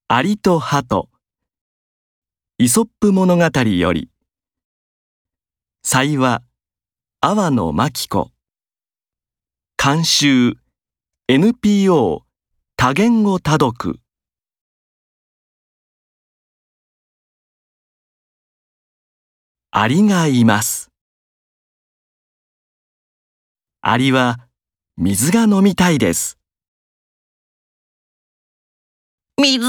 アリとハト、イソップ物語より、才話、阿波野真紀子、監修、NPO 多言語多読。アリがいます。アリは水が飲みたいです。 水。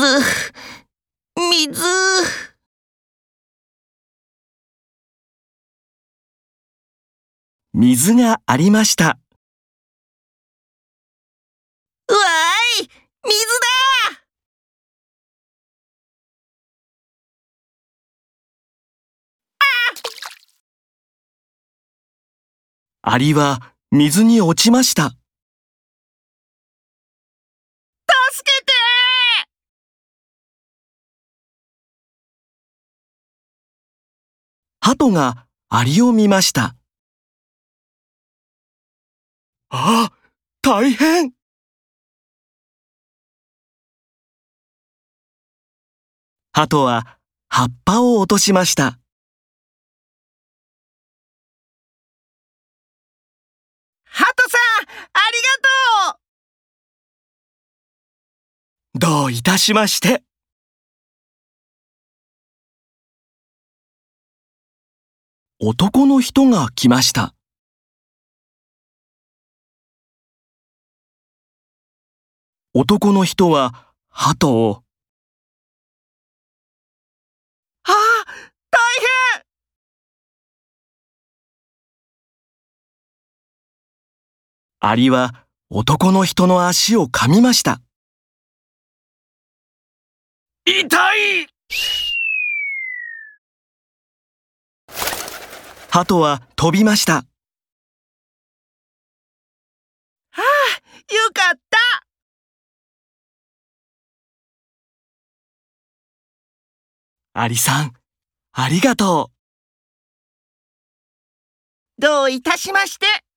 水がありました。 うわーい、水だ！ アリは水に落ちました。 助けて！ ハトがアリを見ました。あ、大変！ハトは葉っぱを落としました。 ハトさん、ありがとう！ どういたしまして。男の人が来ました。男の人はハトを、 ああ、大変！ アリは男の人の足を噛みました。痛い！ハトは飛びました。 ああ、よかった！ アリさん、ありがとう。 どういたしまして。